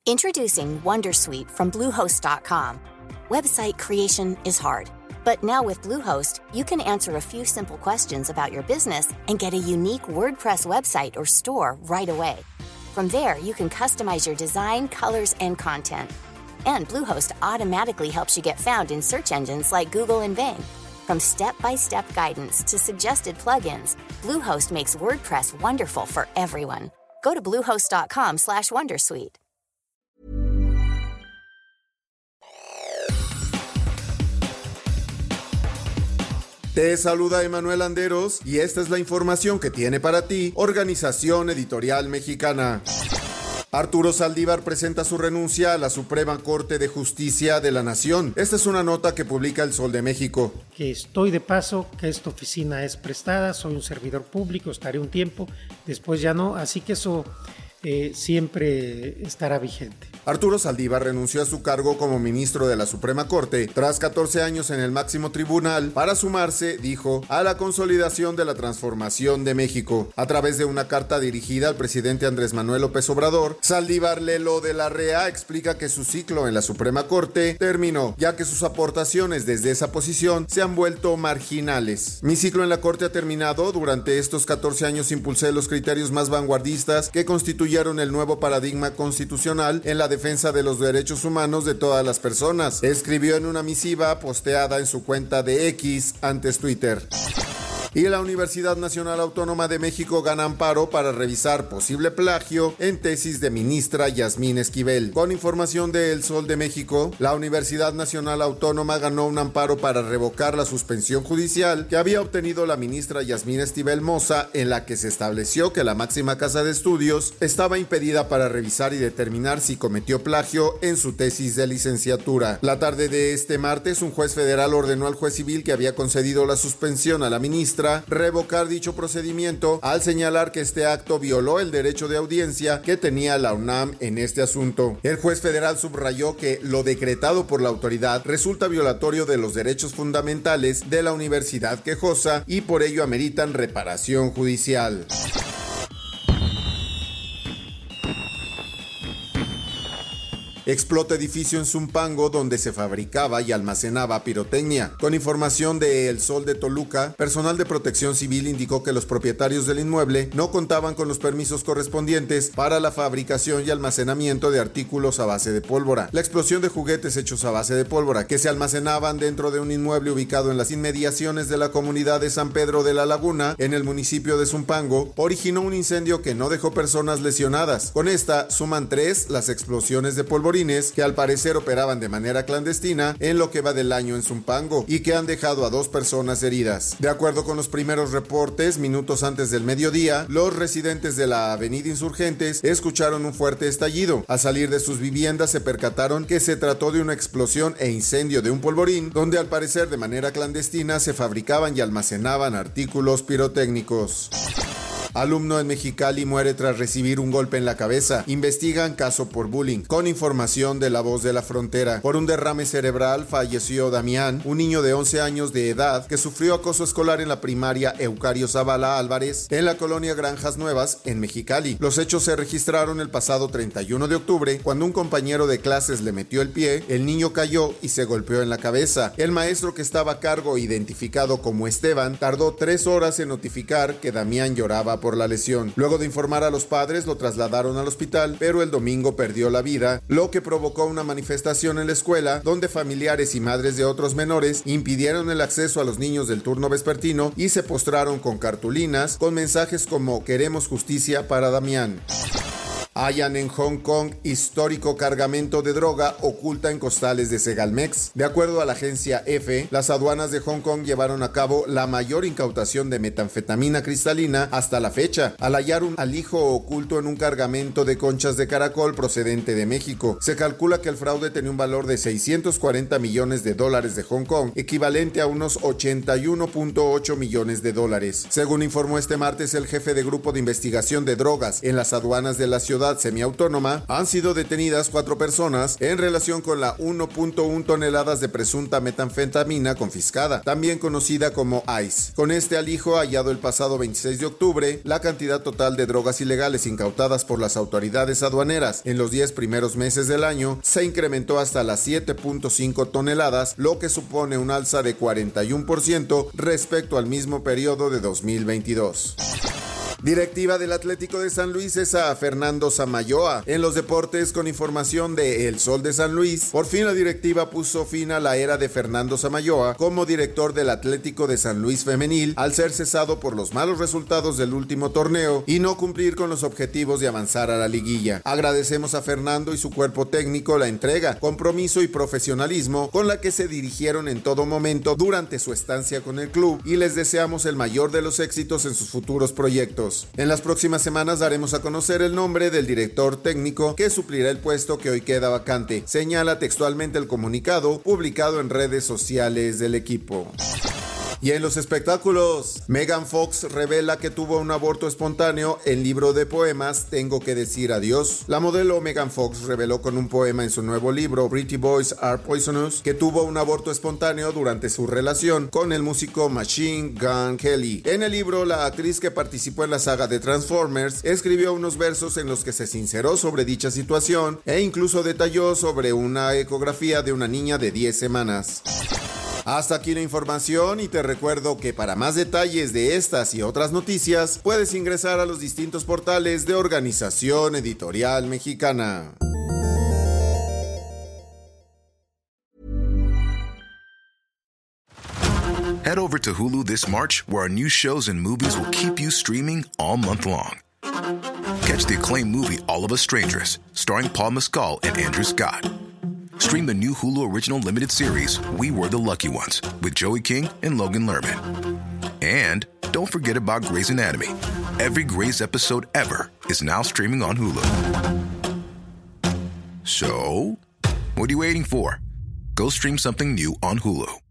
Introducing Wondersuite from Bluehost.com. Website creation is hard, but now with Bluehost, you can answer a few simple questions about your business and get a unique WordPress website or store right away. From there, you can customize your design, colors, and content. And Bluehost automatically helps you get found in search engines like Google and Bing. From step-by-step guidance to suggested plugins, Bluehost makes WordPress wonderful for everyone. Go to bluehost.com/wondersuite. Te saluda Emanuel Landeros y esta es la información que tiene para ti Organización Editorial Mexicana. Arturo Saldívar presenta su renuncia a la Suprema Corte de Justicia de la Nación. Esta es una nota que publica El Sol de México. Que estoy de paso, que esta oficina es prestada, soy un servidor público, estaré un tiempo, después ya no, así que eso siempre estará vigente. Arturo Saldívar renunció a su cargo como ministro de la Suprema Corte tras 14 años en el máximo tribunal para sumarse, dijo, a la consolidación de la transformación de México. A través de una carta dirigida al presidente Andrés Manuel López Obrador, Saldívar Lelo de la Rea explica que su ciclo en la Suprema Corte terminó, ya que sus aportaciones desde esa posición se han vuelto marginales. Mi ciclo en la Corte ha terminado. Durante estos 14 años impulsé los criterios más vanguardistas que constituyeron el nuevo paradigma constitucional en la defensa de los derechos humanos de todas las personas, escribió en una misiva posteada en su cuenta de X, antes Twitter. Y la Universidad Nacional Autónoma de México gana amparo para revisar posible plagio en tesis de ministra Yasmín Esquivel. Con información de El Sol de México, la Universidad Nacional Autónoma ganó un amparo para revocar la suspensión judicial que había obtenido la ministra Yasmín Esquivel Moza, en la que se estableció que la máxima casa de estudios estaba impedida para revisar y determinar si cometió plagio en su tesis de licenciatura. La tarde de este martes, un juez federal ordenó al juez civil que había concedido la suspensión a la ministra revocar dicho procedimiento al señalar que este acto violó el derecho de audiencia que tenía la UNAM en este asunto. El juez federal subrayó que lo decretado por la autoridad resulta violatorio de los derechos fundamentales de la universidad quejosa y por ello ameritan reparación judicial. Explota edificio en Zumpango donde se fabricaba y almacenaba pirotecnia. Con información de El Sol de Toluca, personal de Protección Civil indicó que los propietarios del inmueble no contaban con los permisos correspondientes para la fabricación y almacenamiento de artículos a base de pólvora. La explosión de juguetes hechos a base de pólvora que se almacenaban dentro de un inmueble ubicado en las inmediaciones de la comunidad de San Pedro de la Laguna, en el municipio de Zumpango, originó un incendio que no dejó personas lesionadas. Con esta suman 3 las explosiones de polvorín que al parecer operaban de manera clandestina en lo que va del año en Zumpango y que han dejado a 2 personas heridas. De acuerdo con los primeros reportes, minutos antes del mediodía, los residentes de la avenida Insurgentes escucharon un fuerte estallido. Al salir de sus viviendas se percataron que se trató de una explosión e incendio de un polvorín, donde al parecer de manera clandestina se fabricaban y almacenaban artículos pirotécnicos. Alumno en Mexicali muere tras recibir un golpe en la cabeza. Investigan caso por bullying. Con información de La Voz de la Frontera, por un derrame cerebral falleció Damián, un niño de 11 años de edad que sufrió acoso escolar en la primaria Eucario Zavala Álvarez en la colonia Granjas Nuevas en Mexicali. Los hechos se registraron el pasado 31 de octubre cuando un compañero de clases le metió el pie, el niño cayó y se golpeó en la cabeza. El maestro que estaba a cargo, identificado como Esteban, tardó 3 horas en notificar que Damián lloraba por la lesión. Luego de informar a los padres, lo trasladaron al hospital, pero el domingo perdió la vida, lo que provocó una manifestación en la escuela, donde familiares y madres de otros menores impidieron el acceso a los niños del turno vespertino y se postraron con cartulinas con mensajes como "Queremos justicia para Damián". Hallan en Hong Kong histórico cargamento de droga oculta en costales de Segalmex. De acuerdo a la agencia EFE, las aduanas de Hong Kong llevaron a cabo la mayor incautación de metanfetamina cristalina hasta la fecha, al hallar un alijo oculto en un cargamento de conchas de caracol procedente de México. Se calcula que el fraude tenía un valor de $640 millones de Hong Kong, equivalente a unos 81.8 millones de dólares. Según informó este martes el jefe de Grupo de Investigación de Drogas en las aduanas de la ciudad, ciudad semiautónoma, han sido detenidas 4 personas en relación con la 1.1 toneladas de presunta metanfetamina confiscada, también conocida como ICE. Con este alijo hallado el pasado 26 de octubre, la cantidad total de drogas ilegales incautadas por las autoridades aduaneras en los 10 primeros meses del año se incrementó hasta las 7.5 toneladas, lo que supone un alza de 41% respecto al mismo periodo de 2022. Directiva del Atlético de San Luis cesa a Fernando Samayoa. En los deportes, con información de El Sol de San Luis, por fin la directiva puso fin a la era de Fernando Samayoa como director del Atlético de San Luis femenil al ser cesado por los malos resultados del último torneo y no cumplir con los objetivos de avanzar a la liguilla. Agradecemos a Fernando y su cuerpo técnico la entrega, compromiso y profesionalismo con la que se dirigieron en todo momento durante su estancia con el club y les deseamos el mayor de los éxitos en sus futuros proyectos. En las próximas semanas daremos a conocer el nombre del director técnico que suplirá el puesto que hoy queda vacante, señala textualmente el comunicado publicado en redes sociales del equipo. Y en los espectáculos, Megan Fox revela que tuvo un aborto espontáneo en libro de poemas Tengo que decir adiós. La modelo Megan Fox reveló con un poema en su nuevo libro Pretty Boys Are Poisonous que tuvo un aborto espontáneo durante su relación con el músico Machine Gun Kelly. En el libro, la actriz que participó en la saga de Transformers escribió unos versos en los que se sinceró sobre dicha situación e incluso detalló sobre una ecografía de una niña de 10 semanas. Hasta aquí la información y te recuerdo que para más detalles de estas y otras noticias puedes ingresar a los distintos portales de Organización Editorial Mexicana. Head over to Hulu this March, where our new shows and movies will keep you streaming all month long. Catch the acclaimed movie All of Us Strangers, starring Paul Mescal and Andrew Scott. Stream the new Hulu original limited series, We Were the Lucky Ones, with Joey King and Logan Lerman. And don't forget about Grey's Anatomy. Every Grey's episode ever is now streaming on Hulu. So, what are you waiting for? Go stream something new on Hulu.